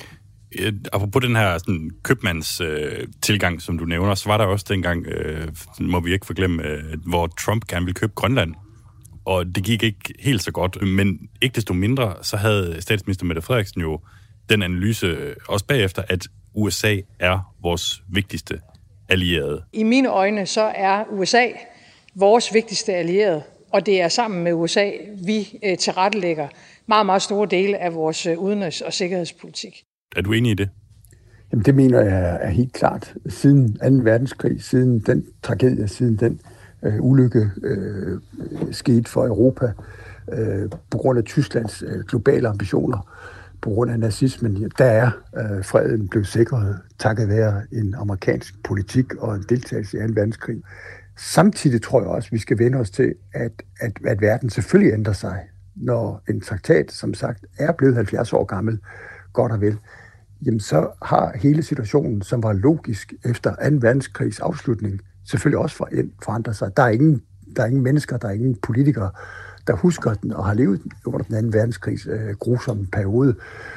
Apropos den her sådan, købmands øh, tilgang, som du nævner, så var der også dengang, øh, må vi ikke forglemme, øh, hvor Trump gerne ville købe Grønland. Og det gik ikke helt så godt, men ikke desto mindre, så havde statsminister Mette Frederiksen jo den analyse også bagefter, at U S A er vores vigtigste allierede. I mine øjne, så er U S A vores vigtigste allierede, og det er sammen med U S A, vi øh, tilrettelægger meget, meget store dele af vores øh, udenrigs- og sikkerhedspolitik. Er du enig i det? Jamen, det mener jeg er helt klart. Siden anden verdenskrig, siden den tragedie, siden den øh, ulykke øh, skete for Europa, øh, på grund af Tysklands øh, globale ambitioner, på grund af nazismen, der er øh, freden blevet sikret takket være en amerikansk politik og en deltagelse i anden verdenskrig. Samtidig tror jeg også, at vi skal vende os til, at, at, at verden selvfølgelig ændrer sig, når en traktat, som sagt, er blevet halvfjerds år gammel, godt og vel, jamen så har hele situationen, som var logisk efter anden verdenskrigs afslutning, selvfølgelig også forandret sig. Der er ingen, der er ingen mennesker, der er ingen politikere, der husker den og har levet under den anden verdenskrigs øh, grusomme periode.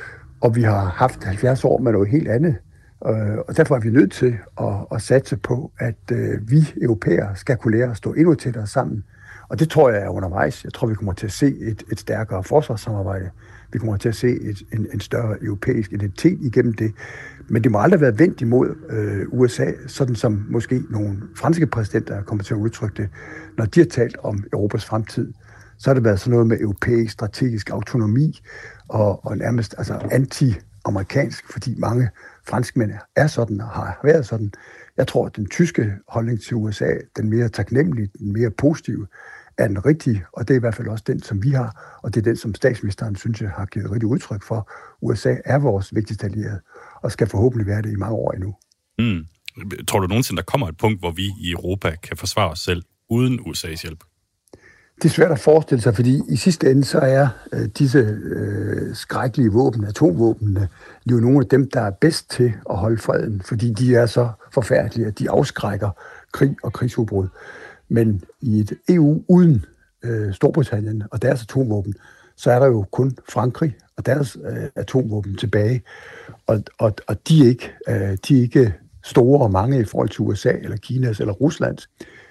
Og vi har haft halvfjerds år med noget helt andet. Øh, og derfor er vi nødt til at, at satse på, at øh, vi europæere skal kunne lære at stå endnu tættere sammen. Og det tror jeg er undervejs. Jeg tror, vi kommer til at se et, et stærkere forsvarssamarbejde. Vi kommer til at se et, en, en større europæisk identitet igennem det. Men det må aldrig være vendt imod øh, U S A, sådan som måske nogle franske præsidenter kommer til at udtrykke det. Når de har talt om Europas fremtid, så har det været sådan noget med europæisk strategisk autonomi og, og nærmest altså anti-amerikansk, fordi mange franskmænd er sådan og har været sådan. Jeg tror, at den tyske holdning til U S A, den mere taknemmelige, den mere positive, er den rigtige, og det er i hvert fald også den, som vi har, og det er den, som statsministeren synes jeg har givet rigtig udtryk for. U S A er vores vigtigste allierede, og skal forhåbentlig være det i mange år endnu. Mm. Tror du nogensinde, der kommer et punkt, hvor vi i Europa kan forsvare os selv uden U S A's hjælp? Det er svært at forestille sig, fordi i sidste ende så er øh, disse øh, skrækkelige våben, atomvåbnene, jo nogle af dem, der er bedst til at holde freden, fordi de er så forfærdelige, at de afskrækker krig og krigsudbrud. Men i et E U uden øh, Storbritannien og deres atomvåben, så er der jo kun Frankrig og deres øh, atomvåben tilbage. Og, og, og de, er ikke, øh, de er ikke store og mange i forhold til U S A eller Kinas eller Ruslands.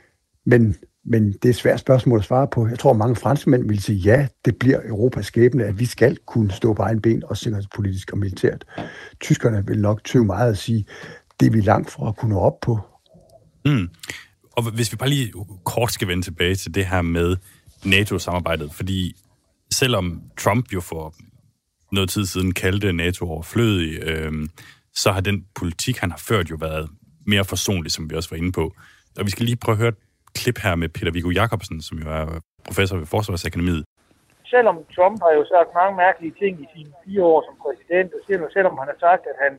Men, men det er et svært spørgsmål at svare på. Jeg tror, mange franskmænd vil sige, ja, det bliver Europas skæbne, at vi skal kunne stå på egen ben, også sikkerhedspolitisk og militært. Tyskerne vil nok tøve meget at sige, det er vi langt fra at kunne nå op på. Mm. Og hvis vi bare lige kort skal vende tilbage til det her med NATO-samarbejdet, fordi selvom Trump jo for noget tid siden kaldte NATO overflødig, øh, så har den politik, han har ført, jo været mere forsonlig, som vi også var inde på. Og vi skal lige prøve at høre et klip her med Peter Viggo Jacobsen, som jo er professor ved Forsvarsakademiet. Selvom Trump har jo sagt mange mærkelige ting i sine fire år som præsident, og selvom han har sagt, at han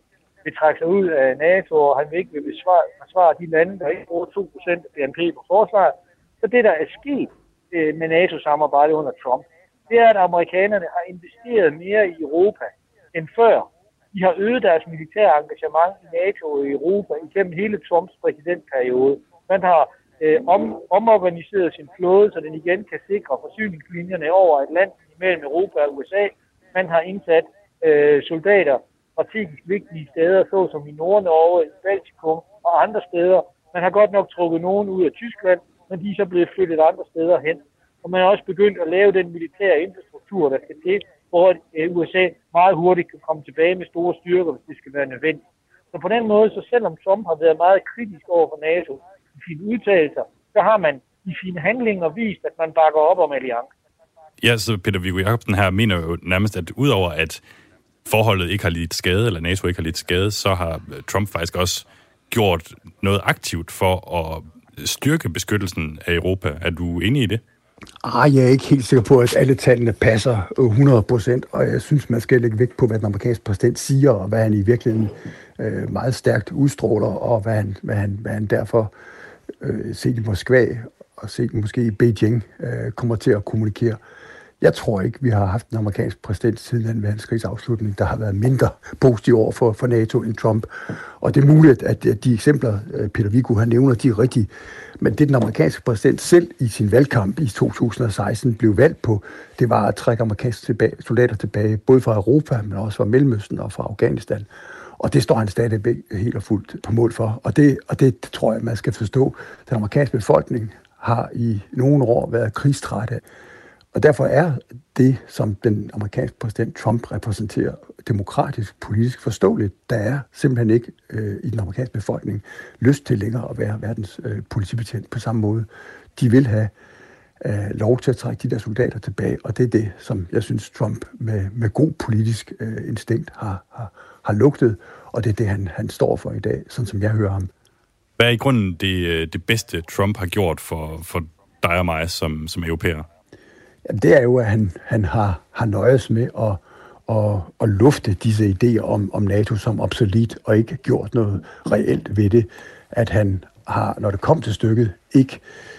vil trække sig ud af NATO, og han vil ikke vil besvare, forsvare de lande, der ikke bruger to procent af B N P på forsvar. Så det, der er sket øh, med NATO-samarbejdet under Trump, det er, at amerikanerne har investeret mere i Europa end før. De har øget deres militære engagement i NATO og i Europa igennem hele Trumps præsidentperiode. Man har øh, om, omorganiseret sin flåde, så den igen kan sikre forsyningslinjerne over Atlanten mellem Europa og U S A. Man har indsat øh, soldater strategisk vigtige steder, såsom i Nord-Norge, i Baltikum og andre steder. Man har godt nok trukket nogen ud af Tyskland, men de er så blevet flyttet andre steder hen. Og man har også begyndt at lave den militære infrastruktur, der skal til, hvor U S A meget hurtigt kan komme tilbage med store styrker, hvis det skal være nødvendigt. Så på den måde, så selvom Trump har været meget kritisk over for NATO i sine udtalelser, så har man i sine handlinger vist, at man bakker op om alliancen. Ja, så Peter Viggo Jacobsen her mener jo nærmest, at udover at forholdet ikke har lidt skade, eller NATO ikke har lidt skade, så har Trump faktisk også gjort noget aktivt for at styrke beskyttelsen af Europa. Er du enig i det? Ah, jeg er ikke helt sikker på, at alle tallene passer hundrede procent, og jeg synes, man skal lægge vægt på, hvad den amerikanske præsident siger, og hvad han i virkeligheden øh, meget stærkt udstråler, og hvad han, hvad han, hvad han derfor øh, set i Moskva og set måske i Beijing øh, kommer til at kommunikere. Jeg tror ikke, vi har haft en amerikansk præsident siden anden verdenskrigs afslutning, der har været mindre positiv over for, for NATO end Trump. Og det er muligt, at de eksempler, Peter Viggo han nævner, de er rigtige. Men det den amerikanske præsident selv i sin valgkamp i to tusind og seksten blev valgt på, det var at trække amerikanske tilbage, soldater tilbage, både fra Europa, men også fra Mellemøsten og fra Afghanistan. Og det står han stadigvæk helt og fuldt på mål for. Og det, og det tror jeg, man skal forstå. Den amerikanske befolkning har i nogle år været krigstrætte. Og derfor er det, som den amerikanske præsident Trump repræsenterer, demokratisk, politisk forståeligt. Der er simpelthen ikke øh, i den amerikanske befolkning lyst til længere at være verdens øh, politibetjent på samme måde. De vil have øh, lov til at trække de der soldater tilbage, og det er det, som jeg synes, Trump med, med god politisk øh, instinkt har, har, har lugtet, og det er det, han, han står for i dag, sådan som jeg hører ham. Hvad er i grunden det, det bedste, Trump har gjort for, for dig og mig som, som europæer? Jamen, det er jo, at han, han har, har nøjes med at, at, at lufte disse idéer om, om NATO som obsolet, og ikke gjort noget reelt ved det. At han har, når det kom til stykket, ikke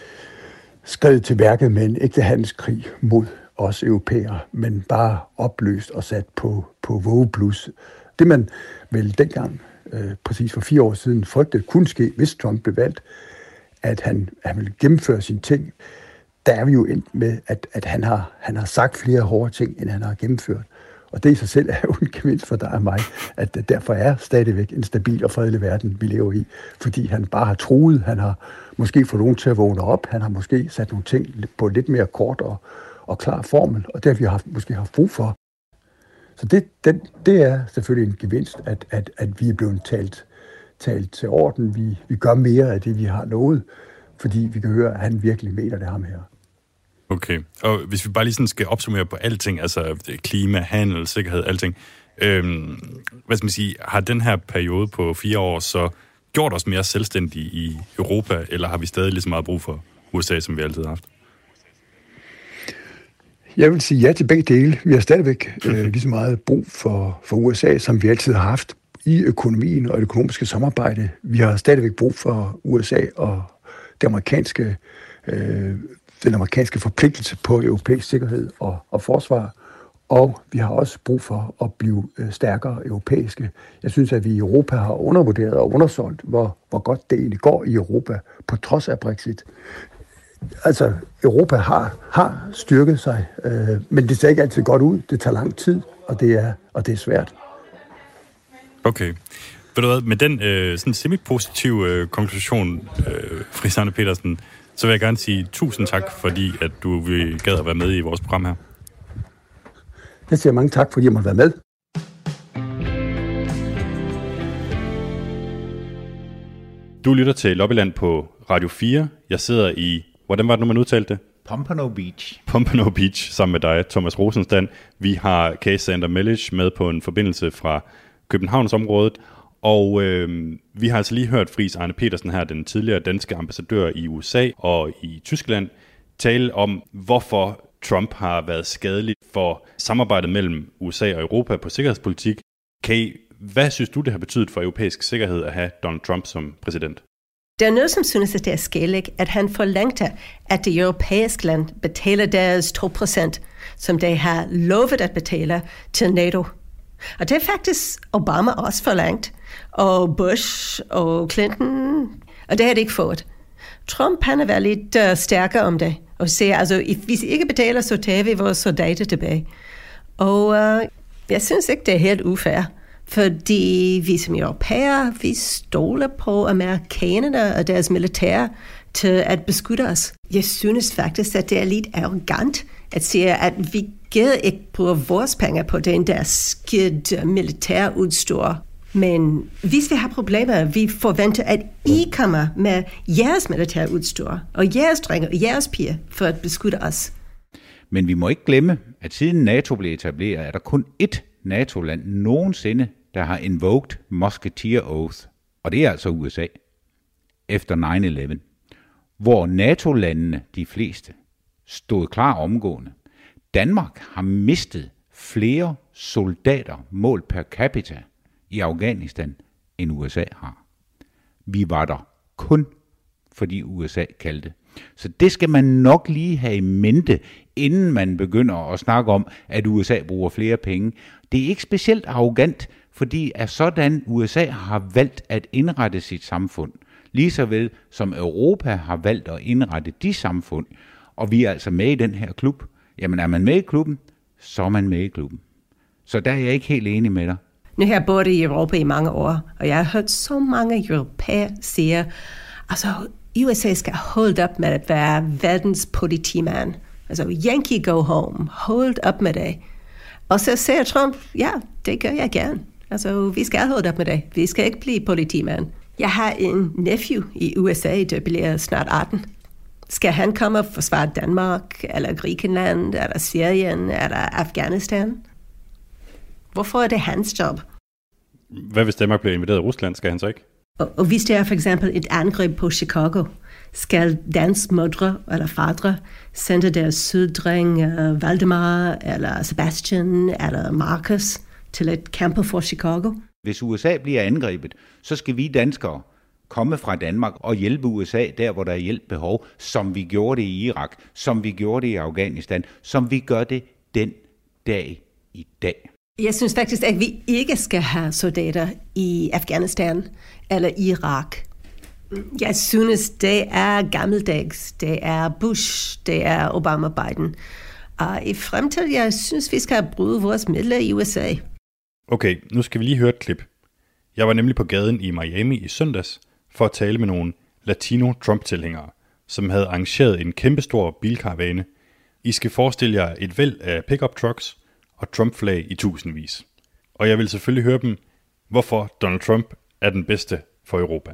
skrevet til værket med en ægte handelskrig mod os europæere, men bare opløst og sat på, på vågeblus. Det man vel dengang, øh, præcis for fire år siden, frygtede kunne ske, hvis Trump blev valgt, at han, han ville gennemføre sine ting. Der er vi jo endt med, at, at han, har, han har sagt flere hårde ting, end han har gennemført. Og det i sig selv er jo en gevinst for dig og mig, at det derfor er stadigvæk en stabil og fredelig verden, vi lever i. Fordi han bare har truet, han har måske fået nogen til at vågne op, han har måske sat nogle ting på lidt mere kort og, og klar formel, og det har vi haft, måske haft brug for. Så det, det, det er selvfølgelig en gevinst, at, at, at vi er blevet talt, talt til orden. Vi, vi gør mere af det, vi har lovet, fordi vi kan høre, at han virkelig mener det ham her. Okay, og hvis vi bare lige sådan skal opsummere på alting, altså klima, handel, sikkerhed, alting, øhm, hvad skal man sige, har den her periode på fire år så gjort os mere selvstændige i Europa, eller har vi stadig lige så meget brug for U S A, som vi altid har haft? Jeg vil sige ja til begge dele. Vi har stadigvæk øh, lige så meget brug for, for U S A, som vi altid har haft i økonomien og det økonomiske samarbejde. Vi har stadigvæk brug for U S A og det amerikanske øh, den amerikanske forpligtelse på europæisk sikkerhed og, og forsvar, og vi har også brug for at blive øh, stærkere europæiske. Jeg synes, at vi i Europa har undervurderet og undersolgt, hvor, hvor godt det egentlig går i Europa, på trods af Brexit. Altså, Europa har, har styrket sig, øh, men det ser ikke altid godt ud. Det tager lang tid, og det er, og det er svært. Okay. Ved du hvad, med den øh, sådan semi-positive øh, konklusion, øh, Friis Arne Petersen, så vil jeg gerne sige tusind tak, fordi at du vil gad at være med i vores program her. Jeg siger mange tak, fordi jeg måtte være med. Du lytter til Lobbyland på Radio fire. Jeg sidder i, hvordan var det nu, man udtalte det? Pompano Beach. Pompano Beach, sammen med dig, Thomas Rosenstand. Vi har Kay Sander Mellish med på en forbindelse fra Københavnsområdet. Og øh, vi har altså lige hørt Friis Arne Petersen her, den tidligere danske ambassadør i U S A og i Tyskland, tale om, hvorfor Trump har været skadelig for samarbejdet mellem U S A og Europa på sikkerhedspolitik. Kay, Hvad synes du, det har betydet for europæisk sikkerhed at have Donald Trump som præsident? Der er noget, som synes, at det er skældægt, at han forlængte, at det europæiske land betaler deres to procent, som de har lovet at betale til NATO. Og det er faktisk Obama også forlængt, og Bush og Clinton, og det har de ikke fået. Trump, han er været lidt uh, stærkere om det, og siger, altså, hvis I ikke betaler, så tager vi vores soldater tilbage. Og uh, jeg synes ikke, det er helt ufair. Fordi vi som europæer, vi stoler på amerikanerne og deres militær til at beskytte os. Jeg synes faktisk, at det er lidt arrogant at sige, at vi gider ikke bruge vores penge på den der skidt militærudstyr. Men hvis vi har problemer, vi forventer, at I kommer med jeres militærudstyr og jeres drenge og jeres piger for at beskytte os. Men vi må ikke glemme, at siden NATO blev etableret, er der kun ét NATO-land nogensinde, der har invoked Musketeer Oath, og det er altså U S A, efter nine eleven, hvor NATO-landene, de fleste, stod klar omgående. Danmark har mistet flere soldater målt per capita i Afghanistan, end U S A har. Vi var der kun, fordi U S A kaldte. Så det skal man nok lige have i mente, inden man begynder at snakke om, at U S A bruger flere penge. Det er ikke specielt arrogant, fordi at sådan U S A har valgt at indrette sit samfund, lige så vel som Europa har valgt at indrette de samfund, og vi er altså med i den her klub. Jamen er man med i klubben, så er man med i klubben. Så der er jeg ikke helt enig med dig. Nu har jeg boet i Europa i mange år, og jeg har hørt så mange europæer sige, altså U S A skal holde op med at være verdens politimand. Altså Yankee go home, hold op med det. Og så siger Trump, ja, det gør jeg gerne. Altså vi skal holde op med det. Vi skal ikke blive politimand. Jeg har en nephew i U S A, der bliver snart atten. Skal han komme og forsvare Danmark, eller Grækenland, eller Syrien, eller Afghanistan? Hvorfor er det hans job? Hvad hvis Danmark bliver invaderet af Rusland, skal han så ikke? Og, og hvis det er for eksempel et angreb på Chicago, skal dansk mødre eller fadre sende deres søddreng uh, Valdemar, eller Sebastian, eller Marcus til at kæmpe for Chicago? Hvis U S A bliver angrebet, så skal vi danskere komme fra Danmark og hjælpe U S A der, hvor der er hjælp behov, som vi gjorde det i Irak, som vi gjorde det i Afghanistan, som vi gør det den dag i dag. Jeg synes faktisk, at vi ikke skal have soldater i Afghanistan eller Irak. Jeg synes, det er gammeldags. Det er Bush, det er Obama, Biden. Og i fremtiden, jeg synes, vi skal bruge vores midler i U S A. Okay, nu skal vi lige høre et klip. Jeg var nemlig på gaden i Miami i søndags for at tale med nogle latino-Trump-tilhængere, som havde arrangeret en kæmpestor bilkaravane. I skal forestille jer et væld af pickup trucks og Trump-flag i tusindvis. Og jeg vil selvfølgelig høre dem, hvorfor Donald Trump er den bedste for Europa.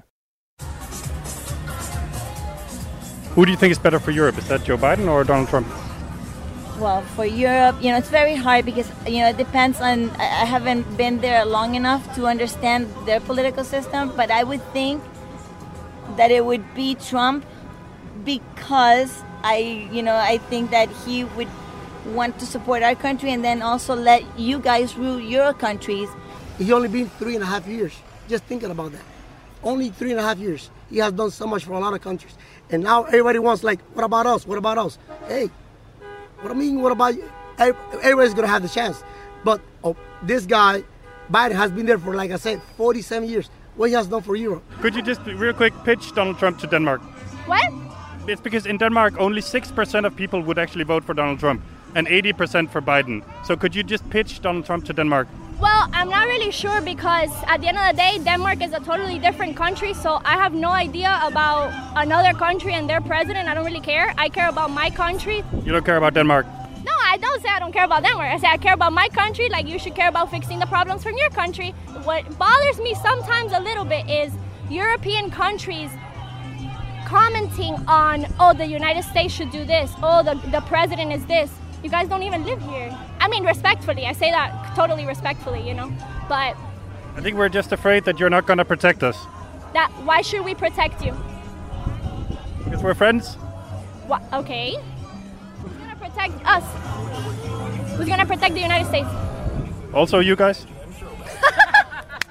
Who do you think is better for Europe? Is that Joe Biden or Donald Trump? Well, for Europe, you know, it's very hard because, you know, it depends on, I haven't been there long enough to understand their political system, but I would think that it would be Trump because I, you know, I think that he would want to support our country and then also let you guys rule your countries. He's only been three and a half years. Just thinking about that. Only three and a half years. He has done so much for a lot of countries. And now everybody wants like, what about us? What about us? Hey, what I mean, what about you? Everybody's going to have the chance. But oh, this guy, Biden, has been there for, like I said, forty-seven years. What he has done for Europe. Could you just real quick pitch Donald Trump to Denmark? What? It's because in Denmark, only six percent of people would actually vote for Donald Trump and eighty percent for Biden. So could you just pitch Donald Trump to Denmark? Well, I'm not really sure because at the end of the day, Denmark is a totally different country, so I have no idea about another country and their president. I don't really care. I care about my country. You don't care about Denmark? No, I don't say I don't care about Denmark. I say I care about my country like you should care about fixing the problems from your country. What bothers me sometimes a little bit is European countries commenting on, oh, the United States should do this. Oh, the, the president is this. You guys don't even live here. I mean, respectfully, I say that totally respectfully, you know, but... I think we're just afraid that you're not going to protect us. That, why should we protect you? Because we're friends. What? Okay. Who's going to protect us? Who's going to protect the United States? Also you guys?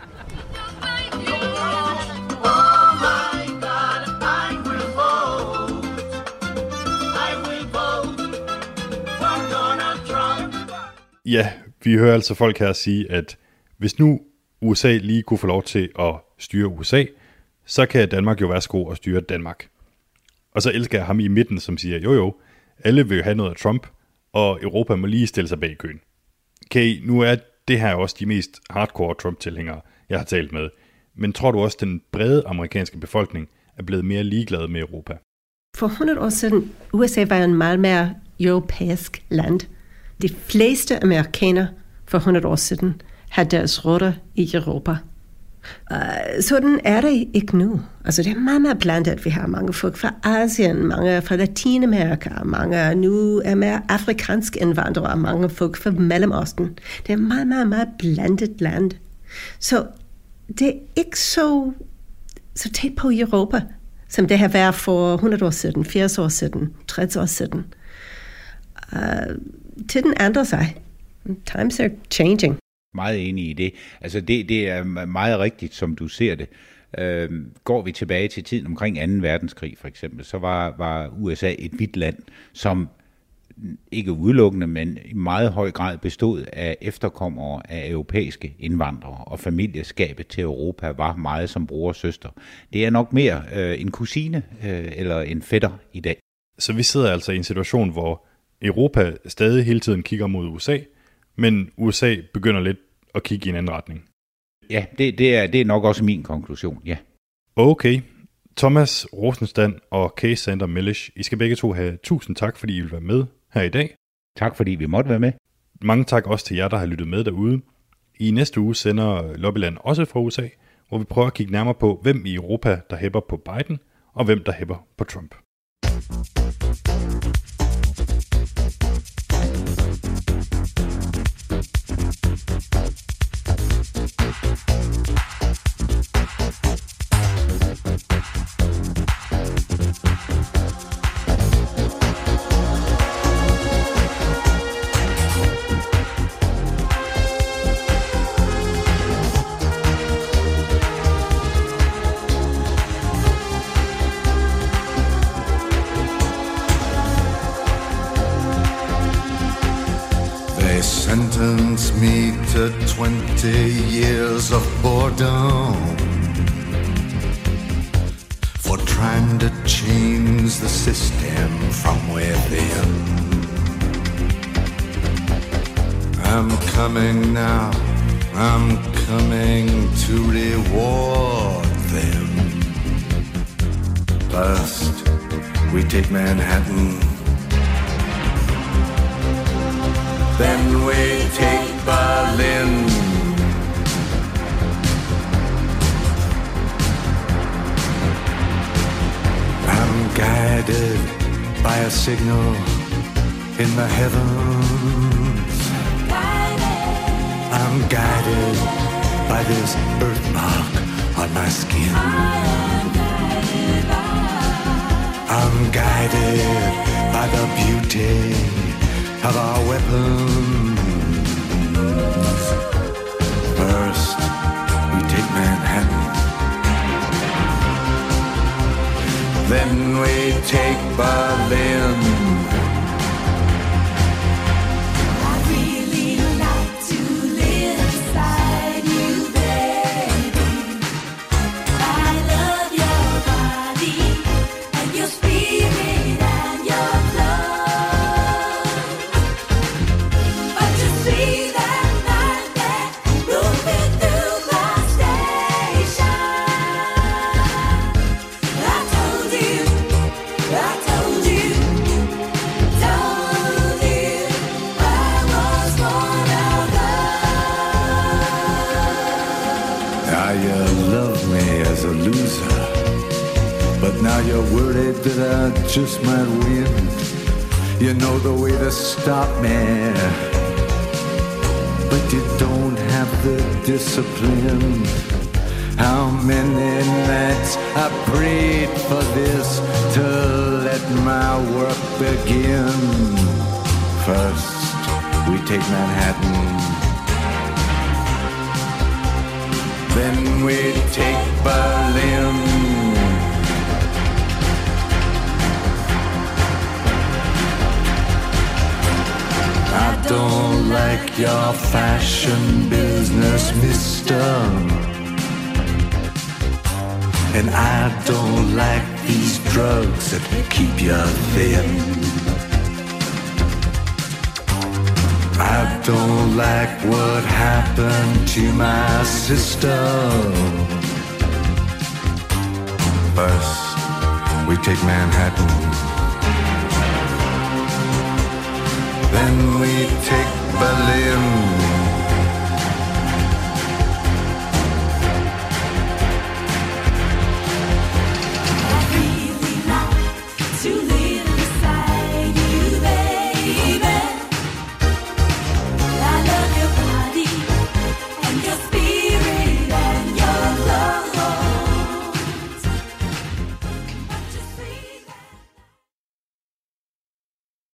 Ja, vi hører altså folk her sige, at hvis nu U S A lige kunne få lov til at styre U S A, så kan Danmark jo værsgo at styre Danmark. Og så elsker jeg ham i midten, som siger, jo jo, alle vil jo have noget af Trump, og Europa må lige stille sig bag køen. Okay, nu er det her også de mest hardcore Trump-tilhængere, jeg har talt med. Men tror du også, at den brede amerikanske befolkning er blevet mere ligeglad med Europa? For hundrede år siden, U S A var en meget mere europæisk land. De fleste amerikanere for hundrede år siden havde deres rødder i Europa. Uh, sådan er det ikke nu. Altså det er meget, meget blandet. Vi har mange folk fra Asien, mange fra Latinamerika, mange nu er mere afrikanske indvandrere, mange folk fra Mellemøsten. Det er meget, meget, meget blandet land. Så det er ikke så, så tæt på Europa, som det har været for hundrede år siden, firs år siden, tres år siden. Uh, tiden ændrer sig. Times are changing. Meget enig i det. Altså det, det er meget rigtigt, som du ser det. Øh, går vi tilbage til tiden omkring anden verdenskrig for eksempel, så var, var U S A et hvidt land, som ikke udelukkende, men i meget høj grad bestod af efterkommere af europæiske indvandrere, og familieskabet til Europa var meget som bror og søster. Det er nok mere øh, en kusine øh, eller en fætter i dag. Så vi sidder altså i en situation, hvor Europa stadig hele tiden kigger mod U S A, men U S A begynder lidt at kigge i en anden retning. Ja, det, det, er, det er nok også min konklusion, ja. Okay. Thomas Rosenstand og Kay Sander Mellish, I skal begge to have tusind tak, fordi I vil være med her i dag. Tak, fordi vi måtte være med. Mange tak også til jer, der har lyttet med derude. I næste uge sender Lobbyland også fra U S A, hvor vi prøver at kigge nærmere på, hvem i Europa, der hæpper på Biden, og hvem der hæpper på Trump. Sentence me to twenty years of boredom for trying to change the system from within. I'm coming now, I'm coming to reward them. First, we take Manhattan. Then we take Berlin. I'm guided by a signal in the heavens. I'm guided by this birthmark on my skin. I'm guided by the beauty of our weapons. First, we take Manhattan. Then we take Berlin. I really like to live beside you, baby. I love your body and your spirit and your love. But you see that night that moving through the station, I told you, I told you, told you I was one of them. Now you love me as a loser, but now you're worried that I just might win. You know the way to stop me, but you don't have the discipline. How many nights I prayed for this to let my work begin. First, we take Manhattan. Then we take Berlin. I don't like like your fashion business, mister. And I don't like these drugs that keep you thin. I don't like what happened to my sister. First, we take Manhattan. Then we take Berlin.